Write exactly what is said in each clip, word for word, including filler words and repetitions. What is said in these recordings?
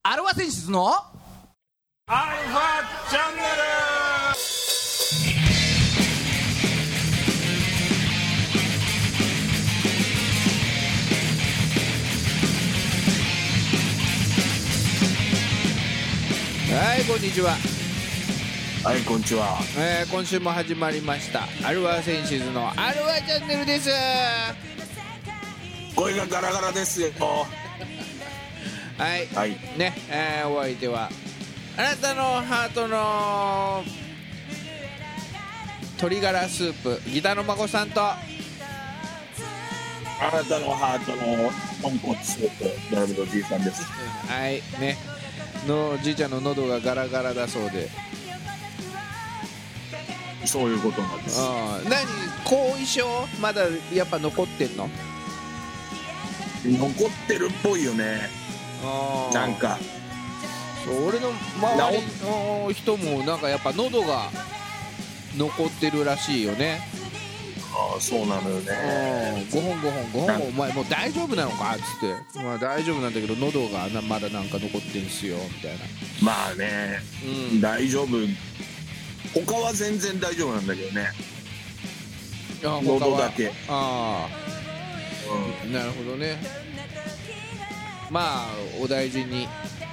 アルファ選出のアルファチャンネル。はい、こんにちは。 ル。はい、こんにちは。 えー、今週も始まりましたアルファセンシズのアルファチャンネルです。 声がガラガラですよ。 はい、 はい、 ね、えー、お相手はあなたのハートの鶏ガラスープギターの孫さんと、 あなたのハートの豚骨スープドラムのじいさんです。 はいね、のじいちゃんの喉がガラガラだそうで。 そういうことなんです。 あ、何後遺症まだやっぱ残ってんの？ 残ってるっぽいよね。 あ、 なんかそう俺の周りの人もなんかやっぱ喉が残ってるらしいよね。 ああ、そうなのよね。 ごほんごほんごほんお前もう大丈夫なのかっつって、まあ大丈夫なんだけど喉がなまだなんか残ってんすよみたいな。 まあね、うん、大丈夫。他は全然大丈夫なんだけどね。 あ、 喉だけ。 ああ、うん、なるほどね。まあお大事に、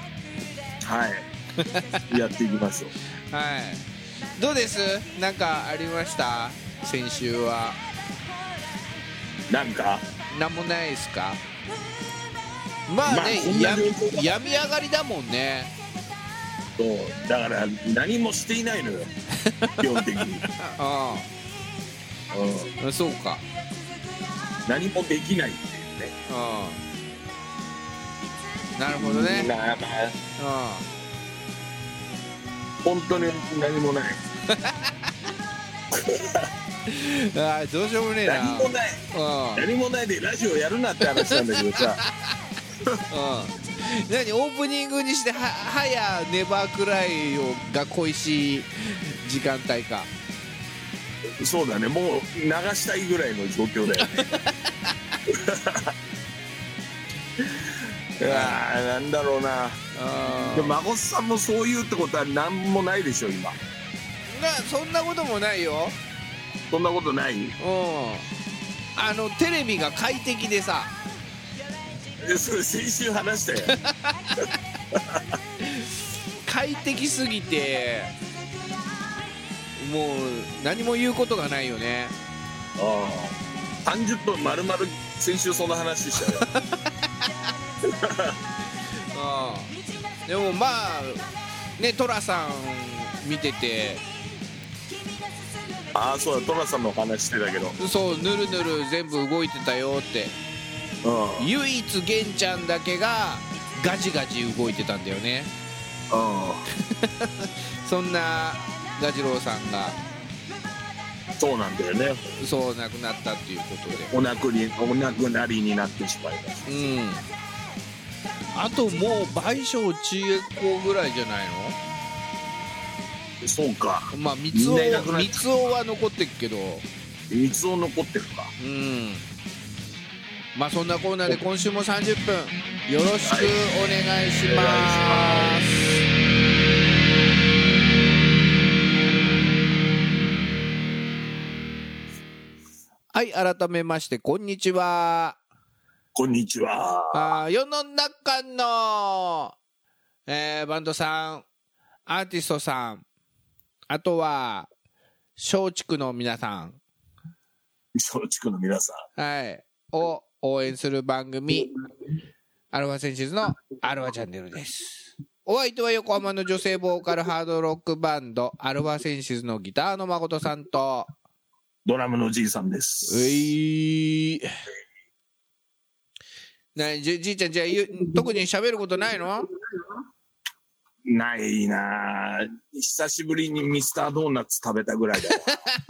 はいやっていきましょう。 はい。どうです？なんかありました先週は？ なんかなんもないですか？まあね、まあ、や病み上がりだもんね。 そうだから何もしていないのよ基本的に。ああ、うん、そうか。 何もできないっていうね。 ああ、なるほどね。 まあまあ、 ああ、 本当に何もない。 ああ、どうしようもねえな。 何もない。何もないでラジオやるなって話なんだけどさ。 うん、何オープニングにしてははやネバークライをが恋しい時間帯か。 そうだね、もう流したいぐらいの状況だよね。いやー、なんだろうな。でも孫さんもそう言うってことは何もないでしょ今。 な、そんなこともないよ。 そんなことない。うん。 あのテレビが快適でさ。 それ先週話したよ。 快適すぎてもう何も言うことがないよね。 ああ、さんじゅっぷん丸々先週その話したよ。 ああ、でもまあね、トラさん見てて、 ああそうだ、トラさんの話してたけど、 そうぬるぬる全部動いてたよって。うん、唯一玄ちゃんだけがガジガジ動いてたんだよね。うん、そんなガジロウさんがそうなんだよね。 そう亡くなったっていうことでお亡くりお亡くなりになってしまいました。うん、 あともう倍賞千恵子ぐらいじゃないの？そうか。 まあ三つ男三つ男は残ってるけど、 三つ男残ってるか。 うん。まあそんなコーナーで今週もさんじゅっぷんよろしくお願いします。はい、改めましてこんにちは。 こんにちは。 あ、世の中の、えー、バンドさん、アーティストさん、あとは松竹の皆さん、 松竹の皆さん、はい、を応援する番組アルファセンシズのアルファチャンネルです。お相手は横浜の女性ボーカルハードロックバンドアルファセンシズのギターの誠さんとドラムのじいさんです。 ういー、な、じ, じいちゃんじゃあ特に喋ることないの？ ないな。久しぶりにミスタードーナツ食べたぐらいだよ。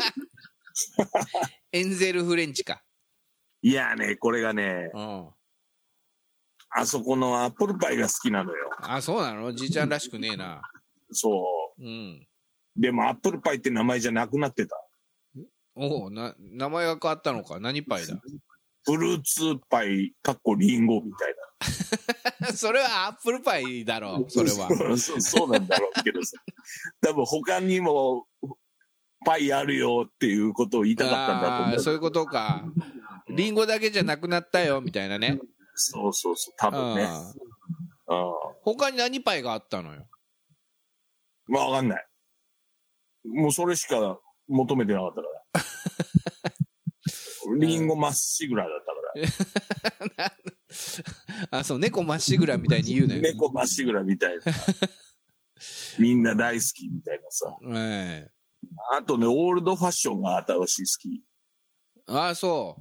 エンゼルフレンチか。 いやね、これがね、うん、あそこのアップルパイが好きなのよ。 あ、そうなの？じいちゃんらしくねえな。 そう、うん、でもアップルパイって名前じゃなくなってた。 おお、な、名前が変わったのか。何パイだ？ フルーツパイかっこリンゴみたいな。 それはアップルパイだろう、それは。 そうそうなんだろうけどさ、多分他にもパイあるよっていうことを言いたかったんだと思う。 あそういうことか。リンゴだけじゃなくなったよみたいなね。 そうそうそう、多分ね。 うん、他に何パイがあったのよ。 まあ分かんない。もうそれしか求めてなかったから。リンゴまっしぐらだったから。 あ、そう、猫まっしぐらみたいに言うのよ。 猫まっしぐらみたいな。みんな大好きみたいなさ。 ええ、 あとね、オールドファッションが新しい好き。 ああ、そう。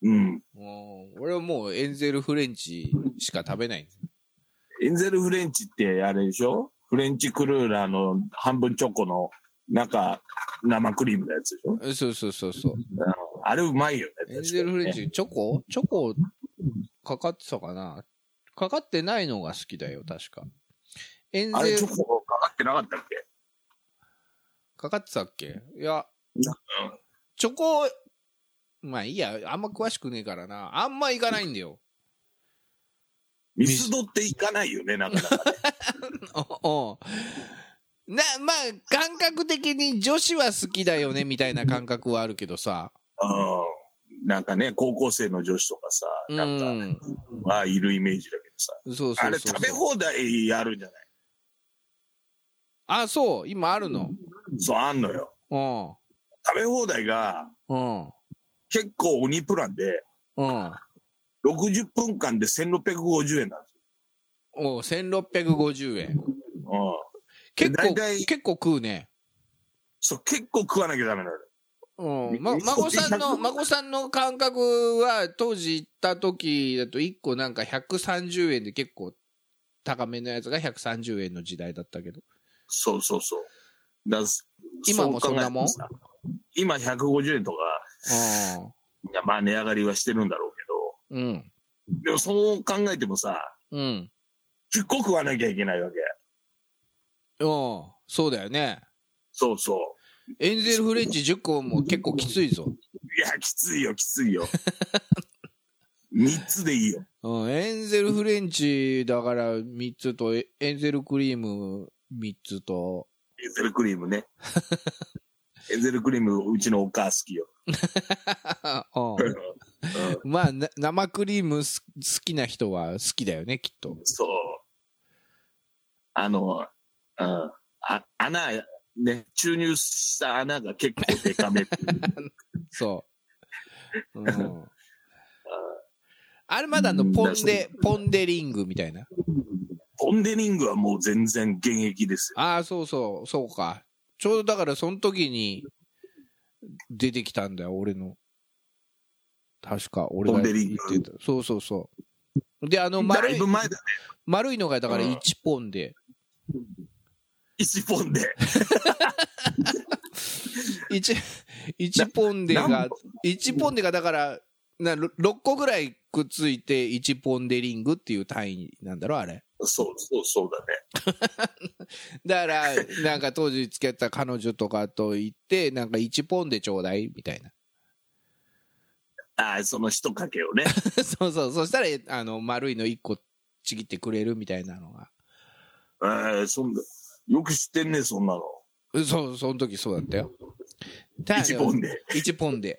うん。 俺はもうエンゼルフレンチしか食べない。 エンゼルフレンチってあれでしょ？フレンチクルーラーの半分チョコの中生クリームのやつでしょ？ そうそうそうそう。 あれうまいよね。 エンゼルフレンチ、チョコチョコかかってたかな？かかってないのが好きだよ、確か。エンゼル、 あれチョコかかってなかったっけ？ かかってたっけ？いや、 うん、 チョコ、まあいいや、あんま詳しくねえからな。あんま行かないんだよ。 ミスドって行かないよね、なかなかね。 おな、まあ、感覚的に女子は好きだよね、みたいな感覚はあるけどさ。 うん。なんかね、高校生の女子とかさ、なんか、うん、まあ、いるイメージだけどさ。 そうそうそうそう。 あれ食べ放題あるんじゃない？ あ、そう、今あるの？ そう、あんのよ。 うん。 食べ放題が、うん。結構鬼プランで、うん。ろくじゅっぷんかんでせんろっぴゃくごじゅうえんなんですよ。おう、せんろっぴゃくごじゅうえん。うん。結構、結構食うね。 そう、結構食わなきゃダメなの。 うん。ま、孫さんの、孫さんの感覚は、当時行った時だといっこなんかひゃくさんじゅうえんで結構高めのやつがひゃくさんじゅうえんの時代だったけど。 そうそうそう。だ今もそんなもん？ 今ひゃくごじゅうえんとか、いやまあ値上がりはしてるんだろうけど、うん。でもそう考えてもさ、うん。じゅっこ食わなきゃいけないわけ。 うん、そうだよね。 そうそう。 エンゼルフレンチじゅっこも結構きついぞ。 いや、きついよ、きついよ。みっつでいいよ。 うん、エンゼルフレンチだからみっつと、エンゼルクリームみっつと。 エンゼルクリームね。エンゼルクリーム、うちのお母好きよ。 うん、まあ、生クリーム好きな人は好きだよね、きっと。 そう。あの、うん、あ穴、ね、注入した穴が結構デカめっていう。 そう。うん、あれまだのポンデ、ポンデリングみたいな。 ポンデリングはもう全然現役ですよ。 ああ、そうそう、そうか。ちょうどだからその時に出てきたんだよ、俺の。確か、俺が言ってた。そうそうそう。で、あの丸い、だいぶ前だね、丸いのがだからいちポンで。 いちポンで。 1、いちポンデが、いちポンデがだから、なろっこぐらいくっついていちポンデリングっていう単位なんだろ、あれ。 そうそうそうだね。だから、なんか当時付き合った彼女とかと言って、なんかいちポンデちょうだいみたいな。 ああ、その一かけをね。 そうそう、そしたら、あの、丸いのいっこちぎってくれるみたいなのが。 ええ、そんな、よく知ってんね、そんなの。 そう、その時そうだったよ。 いちポンで。 いちポンで。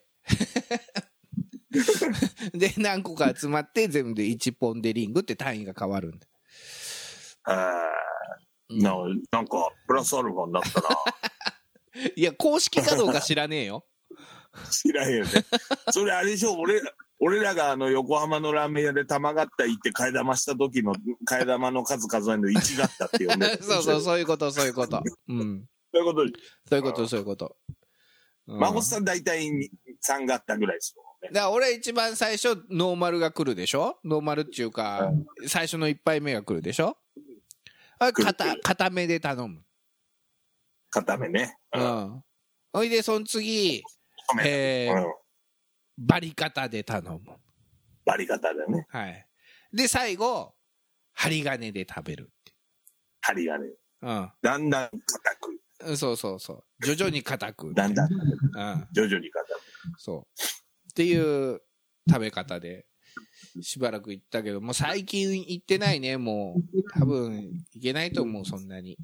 で、何個か集まって全部でいちポンデリングって単位が変わるんだ。 えー、な, なんかプラスアルファになったな。 いや、公式かどうか知らねえよ。 知らへんよね。それあれでしょ、俺ら俺らがあの横浜のラーメン屋で玉がった行って替え玉した時の替え玉の数数えるのいちがったっていうね。 そうそう、そういうことそういうこと。うん。 そういうこと。 そういうことそういうこと。 孫さん大体さんがったぐらいですよね。 だから俺一番最初ノーマルが来るでしょ。ノーマルっていうか、うん、最初の一杯目が来るでしょ。あ、固固めで頼む。 固めね。 うん。おいでその次、えーうん、バリカタで頼む。 バリカタだね。 はい。で最後針金で食べる。 針金。うん。だんだん硬く。 そうそうそう。徐々に硬く。 だんだん。うん。徐々に硬く。 そう。っていう食べ方で。 しばらく行ったけど、もう最近行ってないね、もう。多分、行けないと思う、そんなに。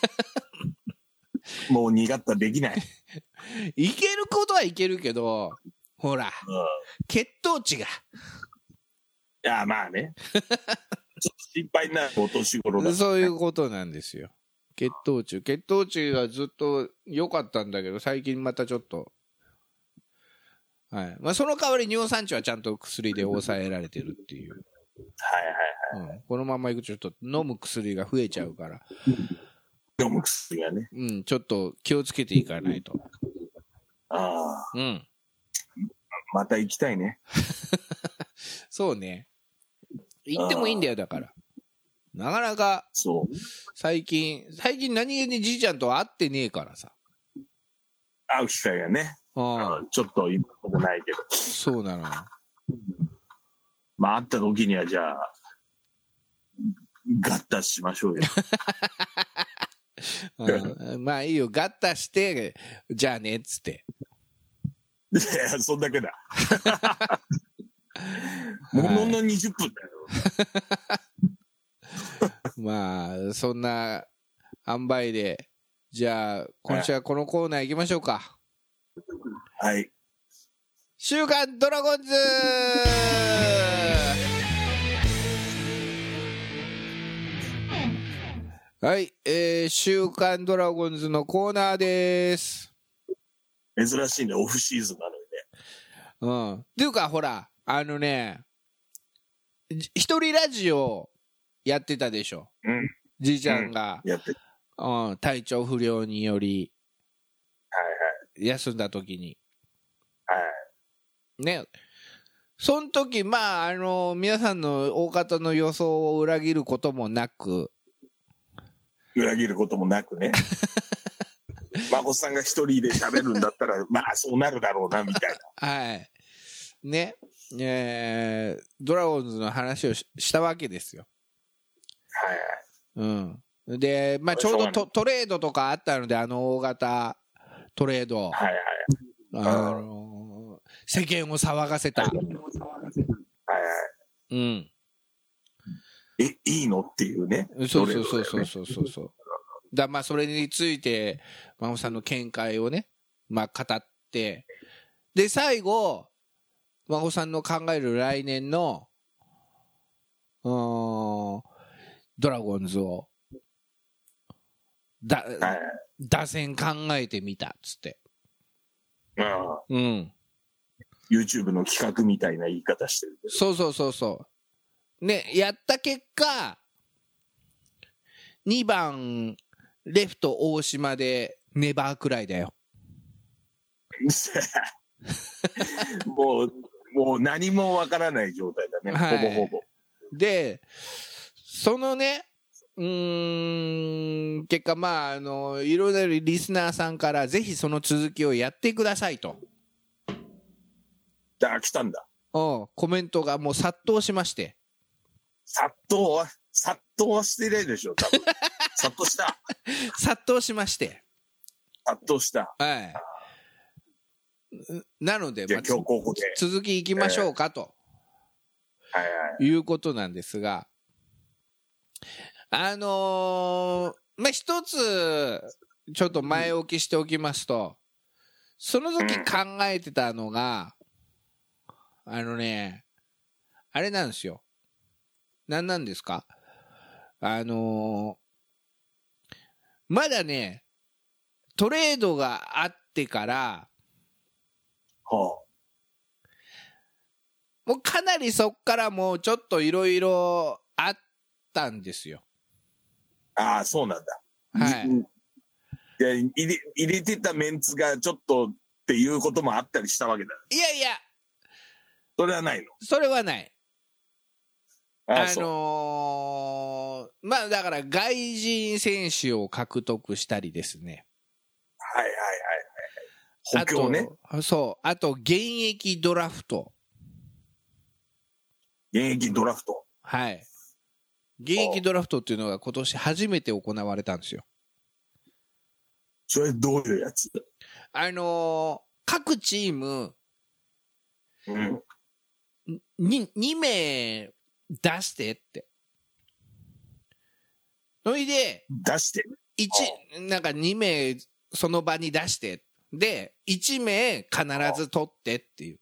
もう苦ったできない。 行けることはいけるけど、ほら、うん、血糖値が。いや、まあね。ちょっと心配になるお年頃だ、ね。 そういうことなんですよ。血糖値。血糖値がずっと良かったんだけど、最近またちょっと。はい。まあ、その代わり尿酸値はちゃんと薬で抑えられてるっていう。 はいはいはい。 うん、このままいくとちょっと飲む薬が増えちゃうから。 飲む薬がね。 うん、ちょっと気をつけていかないと。 ああ。 うん。 また行きたいね。 そうね。行ってもいいんだよ、だから。なかなか、 そう。 最近、最近何気にじいちゃんと会ってねえからさ。 会う機会がね。あちょっと今のとこないけど。 そうなのよ。 まあ会った時にはじゃあ、ガッタしましょうよ。 うん、まあいいよ、ガッタして、じゃあねっつって。 いや、そんだけだ。もののにじゅっぷんだよ。 まあ、そんな塩梅で、じゃあ、今週はこのコーナー行きましょうか。 はい。 週刊ドラゴンズはい、えー、週刊ドラゴンズのコーナーです。 珍しいね、オフシーズンなのにね。 うん。っていうか、ほら、あのね、一人ラジオやってたでしょ。 うん。 じいちゃんが、 うん、やってうん、体調不良により、 はいはい。 休んだ時に。 はい。 ね。その時、まあ、あの、皆さんの大方の予想を裏切ることもなく、 裏切ることもなくね。孫さんが一人で喋るんだったら、まあそうなるだろうな、みたいな。はい。ね。えー、ドラゴンズの話を し, したわけですよ。 はいはい。 うん。で、まあちょうど ト, トレードとかあったので、あの大型トレード。 はいはい。 あのー、世間を騒がせた。はいはい。 うん。え、いいのっていうね。 そうそうそうそうそうそうそう。だまあそれについて真帆さんの見解をね、まあ語って、で最後真帆さんの考える来年のうーんドラゴンズをだ、はい、打線考えてみたっつって。 ああ。 うん。 YouTube の企画みたいな言い方してる。 そうそうそうそう。ね、やった結果、にばんレフト大島でネバーくらいだよ。 もう、もう何もわからない状態だね、はい、ほぼほぼ。 で、そのね、うーん、結果、まあ、あの、いろいろリスナーさんから、ぜひその続きをやってくださいと。 あ、来たんだ。 うん、コメントがもう殺到しまして。 殺到は、殺到はしてないでしょ、多分。殺到した。 殺到しまして。 殺到した。 はい。なので、 まあ、今日ここで続きいきましょうかと、 えー、はいはい、 いうことなんですが、あのー、まあ、一つ、ちょっと前置きしておきますと、その時考えてたのが、うん、あのね、あれなんですよ。何なんですか？あのー、まだね、トレードがあってから、 はあ、 もうかなりそっからもうちょっといろいろあったんですよ。 ああ、そうなんだ。 はい。 いや入れ、入れてたメンツがちょっとっていうこともあったりしたわけだ。 いやいや。 それはないの？ それはない。 あ, あのー、まあだから外人選手を獲得したりですね。 はいはいはいはい。補強ね。 あと、そう。あと現役ドラフト。 現役ドラフト。 はい。現役ドラフトっていうのが今年初めて行われたんですよ。 それどういうやつ？ あのー、各チーム、 うん、 にに名出してって。それで、 出していち、なんかに名その場に出して。で、いち名必ず取ってっていう。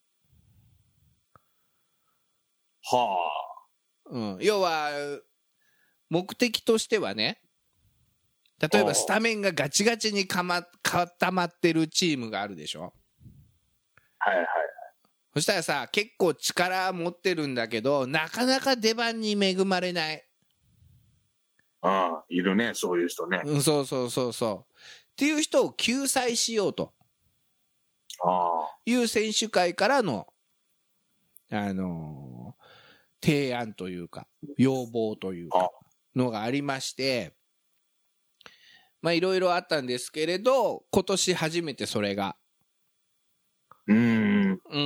はあ。うん。要は、目的としてはね、例えばスタメンがガチガチにかま固まってるチームがあるでしょ。 はいはい。 そしたらさ、結構力持ってるんだけど、なかなか出番に恵まれない。 ああ、いるね、そういう人ね。 うん、そうそうそうそう。っていう人を救済しようと。 ああ。 いう選手会からの、あのー、提案というか、要望というか、のがありまして、まあいろいろあったんですけれど、今年初めてそれが、 うーん。 うん。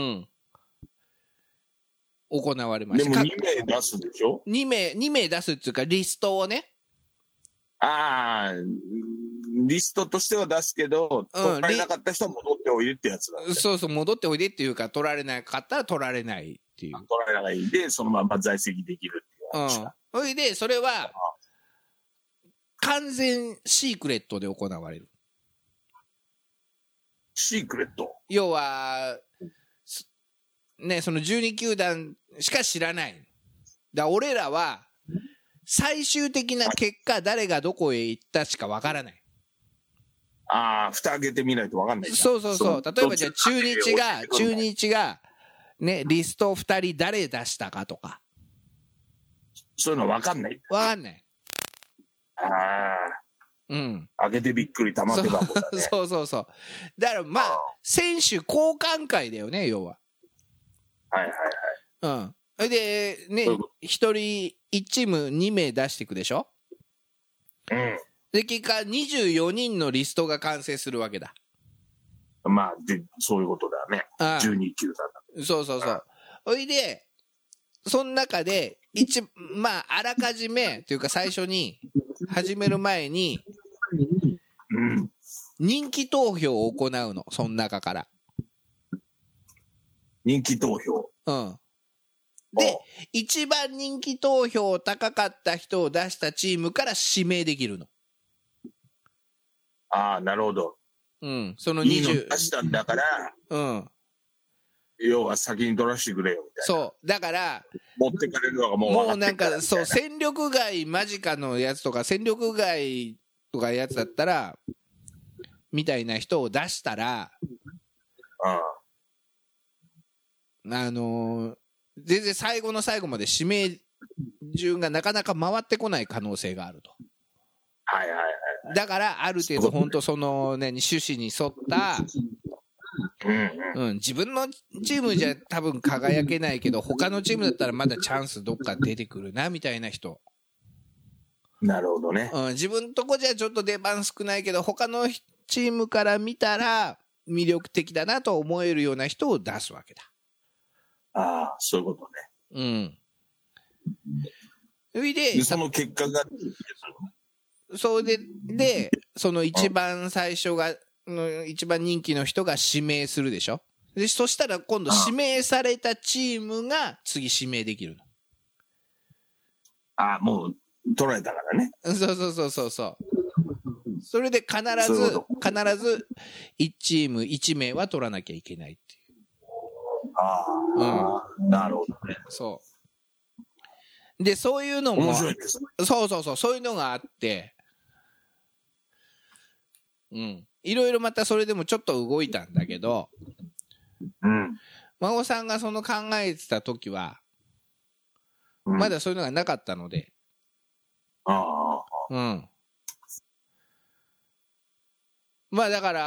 行われました。 でもに名出すでしょ ? に 名、に名出すっていうか、リストをね。 ああ、リストとしては出すけど、うん、取られなかった人は戻っておいでってやつだ、ね。 そうそう、戻っておいでっていうか、取られなかったら取られないっていう。 取られないで、そのまま在籍できるっていう話だ。 うん。それで、それは、完全シークレットで行われる。 シークレット？ 要は、ね、そのじゅうに球団しか知らない。だ俺らは、最終的な結果、誰がどこへ行ったしかわからない。 ああ、蓋開けてみないとわかんない。 そうそうそう。例えばじゃあ中日が、中日が、ね、リストふたり誰出したかとか。 そういうのわかんない。 わかんない。 ああ。 うん。 開けてびっくり玉手箱だね。 そうそうそう。だからまあ、選手交換会だよね、要は。 はいはいはい。うん。それで、ね、一人、一チームに名出していくでしょ？ うん。 で、結果にじゅうよにんのリストが完成するわけだ。 まあ、で、そういうことだね。 ああじゅうに球団だ。そうそうそう。それで、その中で、一、まあ、あらかじめ、というか最初に、始める前に、 うん。 人気投票を行うの、その中から。 人気投票。 うん。で、一番人気投票高かった人を出したチームから指名できるの。 ああ、なるほど。 うん。そのにじゅう。いいの出したんだから、 うん。 要は先に取らせてくれよみたいな。 そう。だから、 持ってかれるのがもうもうなんか、そう、戦力外間近のやつとか、戦力外とかやつだったら、みたいな人を出したら、 ああ。 あのー、全然最後の最後まで指名順がなかなか回ってこない可能性があると。 はいはいはい。 だから、ある程度本当そのね、趣旨に沿った、 うんうんうん、自分のチームじゃ多分輝けないけど、他のチームだったらまだチャンスどっか出てくるな、みたいな人。 なるほどね。 うん、自分とこじゃちょっと出番少ないけど、他のチームから見たら魅力的だなと思えるような人を出すわけだ。 ああ、そういうことね。うん。それで、 でその結果が、 それで、で、その一番最初が、の一番人気の人が指名するでしょ。で、そしたら今度指名されたチームが次指名できるの。 ああ、もう取られたからね。 そうそうそうそうそう。それで必ず、必ずいちチームいち名は取らなきゃいけないっていう。 ああ、うん、なるほどね。 そう。で、そういうのも、 面白いですね。 そうそうそう、そういうのがあって、うん。いろいろまたそれでもちょっと動いたんだけど、 うん。 孫さんがその考えてた時は、 うん、 まだそういうのがなかったので、 ああ。 うん。まあだから、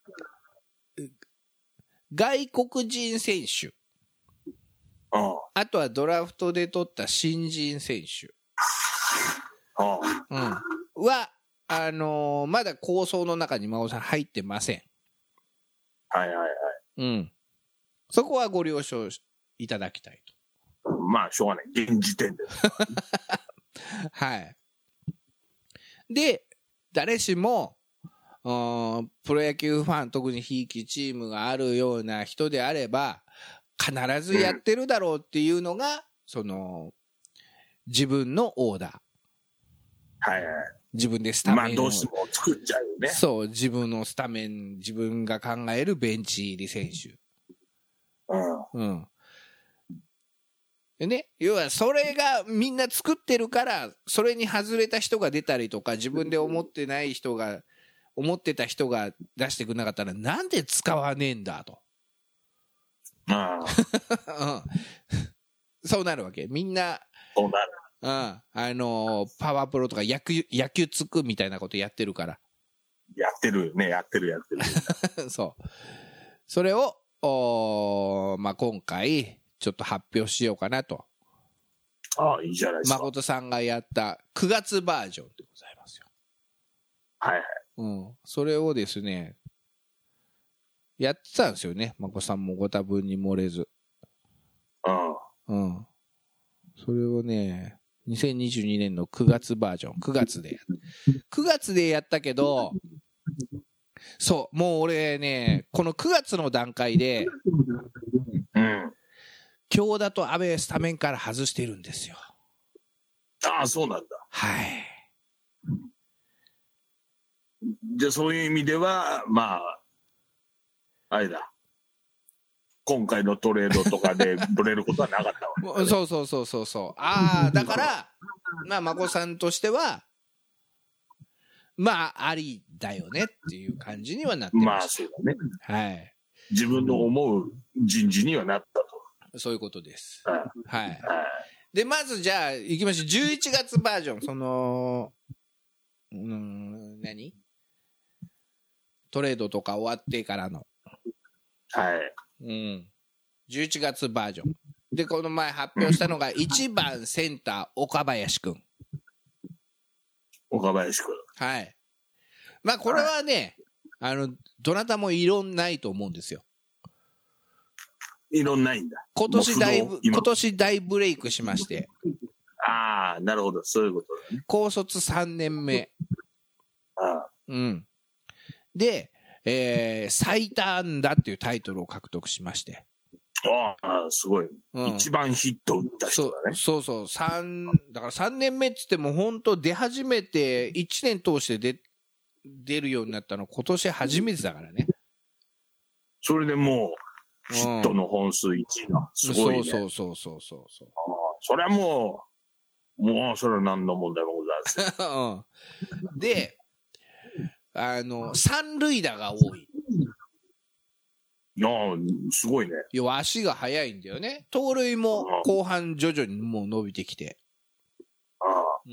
外国人選手、 ああ、 あとはドラフトで取った新人選手、 ああ、うん、は、あのー、まだ構想の中に真央さん入ってません。 はいはいはい。 うん。そこはご了承いただきたいと。まあ、しょうがない。現時点で。 はい。で、誰しも、プロ野球ファン、特にひいきチームがあるような人であれば、 必ずやってるだろうっていうのが、うん、その自分のオーダー、 はいはい、 自分でスタメンを、 まあ、どうしても作っちゃうよね。 そう、自分のスタメン、自分が考えるベンチ入り選手、うん、うん、でね、要はそれがみんな作ってるから、それに外れた人が出たりとか、自分で思ってない人が思ってた人が出してくれなかったら、なんで使わねえんだと、 あうん、そうなるわけ。みんなそうなる、 うん、あのー、パワープロとか野球、野球つくみたいなことやってるから。 やってるね、やってるやってるそうそれをお、まあ、今回ちょっと発表しようかなと。 ああ、いいじゃないですか。 誠さんがやったくがつバージョンでございますよ。 はいはい、 うん、それをですねやってたんですよね、誠さんもご多分に漏れず。うん、うん、それをねにせんにじゅうにねんのくがつバージョン、くがつでくがつでやったけど、そうもう俺ねこのくがつの段階で、 うん、 京田と阿部スタメンから外してるんですよ。 ああ、そうなんだ。 はい。 じゃあそういう意味ではまああれだ、今回のトレードとかでブレることはなかったわけ、ね、 そうそうそうそうそう。ああ、だからまあ孫さんとしてはまあありだよねっていう感じにはなってました。 まあそうだね。 はい。 自分の思う人事にはなったと。 そういうことです。 はい。 はい。 はい、 でまずじゃあ行きましょう。じゅういちがつバージョン、そのうーん何トレードとか終わってからの。 はい。 うん。じゅういちがつバージョンでこの前発表したのがいちばんセンター岡林くん。 岡林くん。 はい。まあこれはね、はい、あのどなたも異論ないと思うんですよ。 異論ないんだ。 今年だいぶ今年大ブレイクしまして。 ああ、なるほど、そういうことだね。 高卒さんねんめ。 ああ。 うん。で、えー、最多安打っていうタイトルを獲得しまして。 ああ、すごい、うん、一番ヒット打った人だね。 そうそうそう、3だからさんねんめっつっても本当出始めていちねん通して出出るようになったの今年初めてだからね。 それでもうヒットの本数いちいがすごいね、うん、 そうそうそうそうそう。 ああ、それはもうもうそれは何の問題もございません、 うん、であの三塁打が多い。 ああ、すごいね。 要は足が速いんだよね。盗塁も後半徐々にもう伸びてきて。 ああ。うん。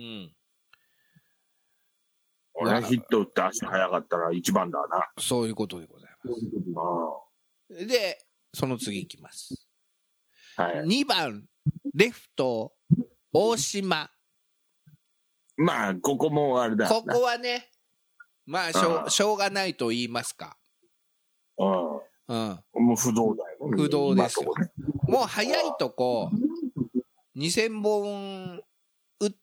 俺はヒット打って足速かったら一番だな。 そういうことでございます。 ああ。 で、その次いきます。 はい。 にばん、レフト、大島。 まあ、ここもあれだ。 ここはね、まあしょう、しょうがないと言いますか。 うん。うん、もう不動だよね。 不動ですよ。もう早いとこにせんぼん打って、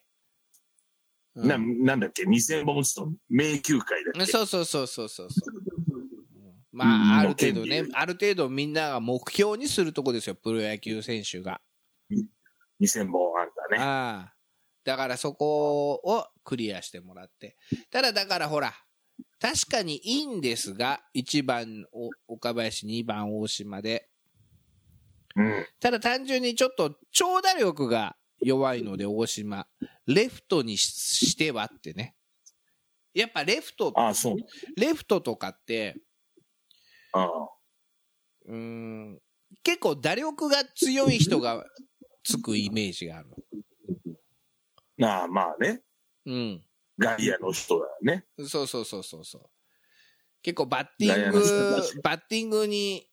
うん、な, なんだっけにせんぼん打つと名球会だっけ。 そうそうそうそうそうそう、うん、まあある程度ね、ある程度みんなが目標にするとこですよ、プロ野球選手が。 にせんぼんあんだね。 ああ、だからそこをクリアしてもらって。ただだからほら確かにいいんですが、いちばん岡林、にばん大島で、 うん、 ただ単純にちょっと長打力が弱いので大島、レフトにしてはってね。やっぱレフト、 あ、そう、 レフトとかって、 ああ、 うーん、結構打力が強い人がつくイメージがある。 ああ、まあね。 うん。 外野の人だよね。 そうそうそうそうそう。結構バッティングバッティングに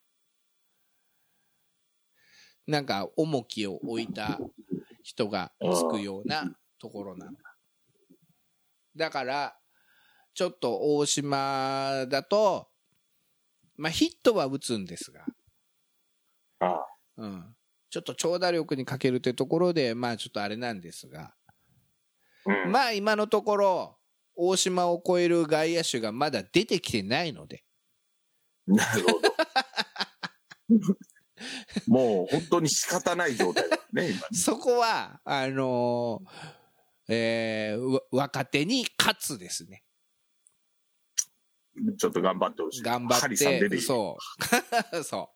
なんか重きを置いた人がつくようなところなの。だからちょっと大島だとまあヒットは打つんですが、 ああ、 うん、ちょっと長打力に欠けるってところでまあちょっとあれなんですが。うん、まあ今のところ大島を超える外野手がまだ出てきてないので。 なるほど。 もう本当に仕方ない状態だね、今ね。 そこは、あのー、えー、若手に勝つですね。 ちょっと頑張ってほしい。 頑張って。ハリさん出てきて。そう。そう。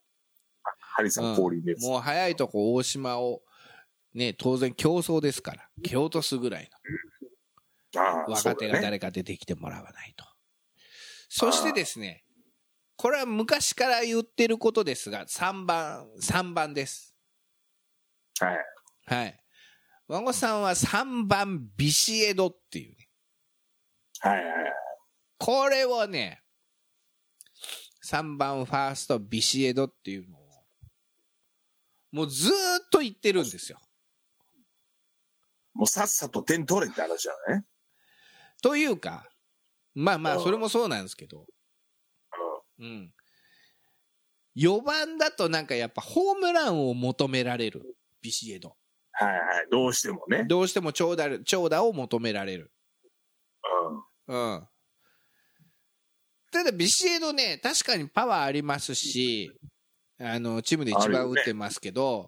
ハリさん降臨です、 うん。もう早いとこ大島を、ね、当然競争ですから、蹴落とすぐらいの。ああ、若手が誰か出てきてもらわないと。そ, ね、そしてですね、これは昔から言ってることですが、さんばん、さんばんです。 はい。 はい。孫さんはさんばんビシエドっていうね。 はいはいはい。 これをね、さんばんファーストビシエドっていうのを、もうずーっと言ってるんですよ。 もうさっさと点取れって話だね。 というか、まあまあ、それもそうなんですけど、うん。よばんだとなんかやっぱホームランを求められる、ビシエド。 はいはい、どうしてもね。 どうしても長打、長打を求められる。うん。うん。ただビシエドね、確かにパワーありますし、あの、チームで一番打ってますけど、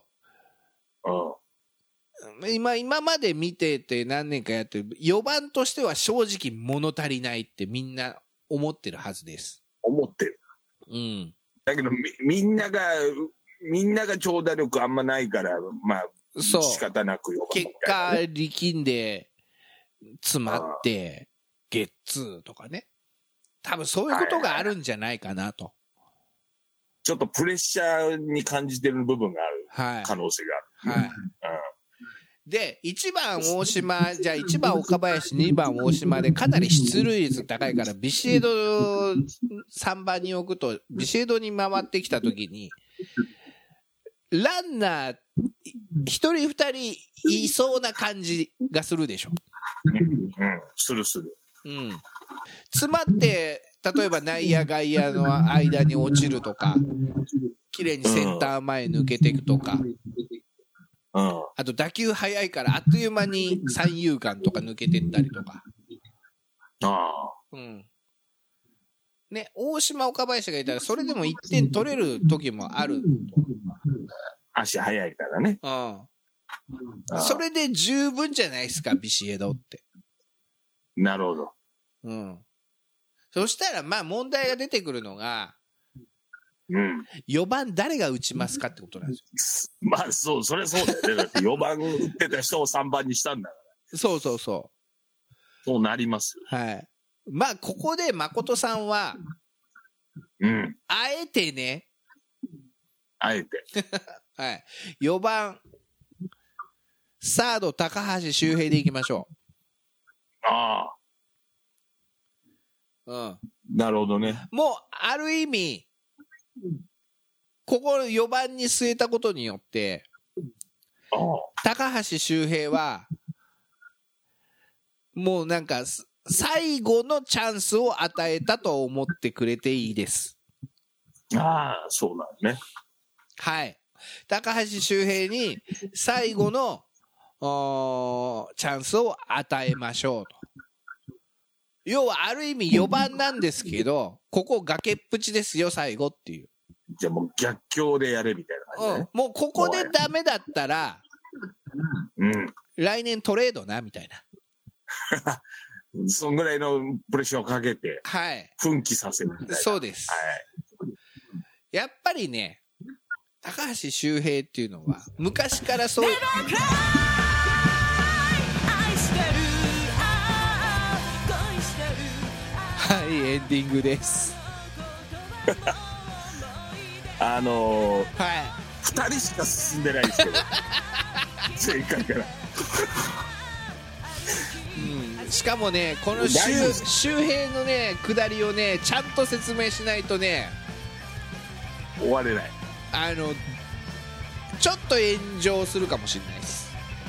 うん。今、今まで見てて何年かやってる、よばんとしては正直物足りないってみんな思ってるはずです。 思ってる。 うん。 だけどみ、みんなが、みんなが長打力あんまないから、まあ、そう仕方なくよ、 結果力んで詰まってゲッツーとかね、多分そういうことがあるんじゃないかなと、はいはい、 ちょっとプレッシャーに感じてる部分がある可能性がある、はいはい、 うん、でいちばん大島、じゃあいちばん岡林にばん大島でかなり出塁率高いからビシエドさんばんに置くとビシエドに回ってきた時にランナー一人二人いそうな感じがするでしょ。 うん、するする。 うん。詰まって例えば内野外野の間に落ちるとか、綺麗にセンター前抜けていくとか、うん、あと打球速いからあっという間に三遊間とか抜けてったりとか。ああ。うん。ね、大島岡林がいたらそれでもいってん取れる時もある。 足速いからね。 うん。それで十分じゃないですか、ビシエドって。 なるほど。 うん。そしたら、まあ問題が出てくるのが、うん。よばん誰が打ちますかってことなんですよ。まあ、そう、それはそうだよね。だってよばん打ってた人をさんばんにしたんだから。そうそうそう。 そうなりますよ。 はい。まあ、ここで誠さんは、うん。あえてね。 あえて。 はい。よばん、サード高橋周平でいきましょう。ああ。 うん。なるほどね。 もう、ある意味、ここよばんに据えたことによって、ああ高橋周平は、もうなんか、最後のチャンスを与えたと思ってくれていいです。 ああ、そうなんね。 はい。高橋周平に最後のチャンスを与えましょうと。要はある意味よばんなんですけど、ここ崖っぷちですよ最後っていう。 じゃあもう逆境でやれみたいな感じ、ね、 うん。もうここでダメだったら、うん、来年トレードなみたいな。 そんぐらいのプレッシャーをかけて、 はい。 奮起させるみたいな。 そうです。はい。やっぱりね、高橋周平っていうのは昔からそういう。はい、エンディングです。 あのー、 はい。 二人しか進んでないですけど、正解から。 うん、しかもね、この周周平のね下りをねちゃんと説明しないとね終われない。 あのちょっと炎上するかもしれないです。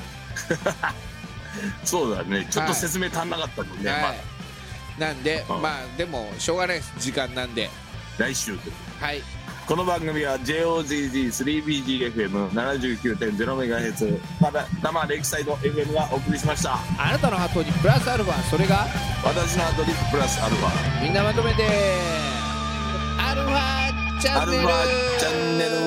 そうだね、ちょっと説明足んなかったもんね、はい、まだなんで、うん、まあでもしょうがないです、時間なんで。 来週はい。 この番組は ジェイオーゼットゼットスリービージーエフエムななじゅうきゅうてんゼロメガヘルツ 多摩レイクサイド エフエム がお送りしました。 あなたのハートにプラスアルファ、それが私のハートにプラスアルファ、 みんなまとめてアルファチャンネル。 アルファチャンネル